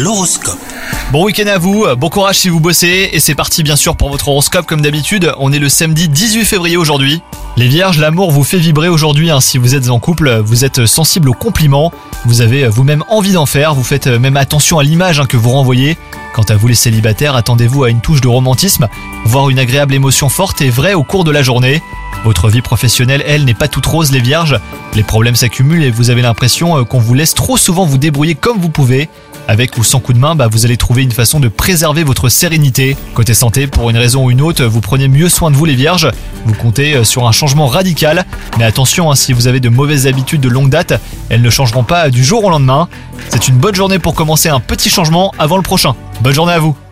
L'horoscope. Bon week-end à vous, bon courage si vous bossez, et c'est parti bien sûr pour votre horoscope comme d'habitude. On est le samedi 18 février aujourd'hui. Les vierges, l'amour vous fait vibrer aujourd'hui, si vous êtes en couple, vous êtes sensible aux compliments, vous avez vous-même envie d'en faire, vous faites même attention à l'image que vous renvoyez. Quant à vous les célibataires, attendez-vous à une touche de romantisme, voire une agréable émotion forte et vraie au cours de la journée. Votre vie professionnelle, elle, n'est pas toute rose les vierges. Les problèmes s'accumulent et vous avez l'impression qu'on vous laisse trop souvent vous débrouiller comme vous pouvez. Avec ou sans coup de main, vous allez trouver une façon de préserver votre sérénité. Côté santé, pour une raison ou une autre, vous prenez mieux soin de vous les vierges. Vous comptez sur un changement radical. Mais attention, si vous avez de mauvaises habitudes de longue date, elles ne changeront pas du jour au lendemain. C'est une bonne journée pour commencer un petit changement avant le prochain. Bonne journée à vous.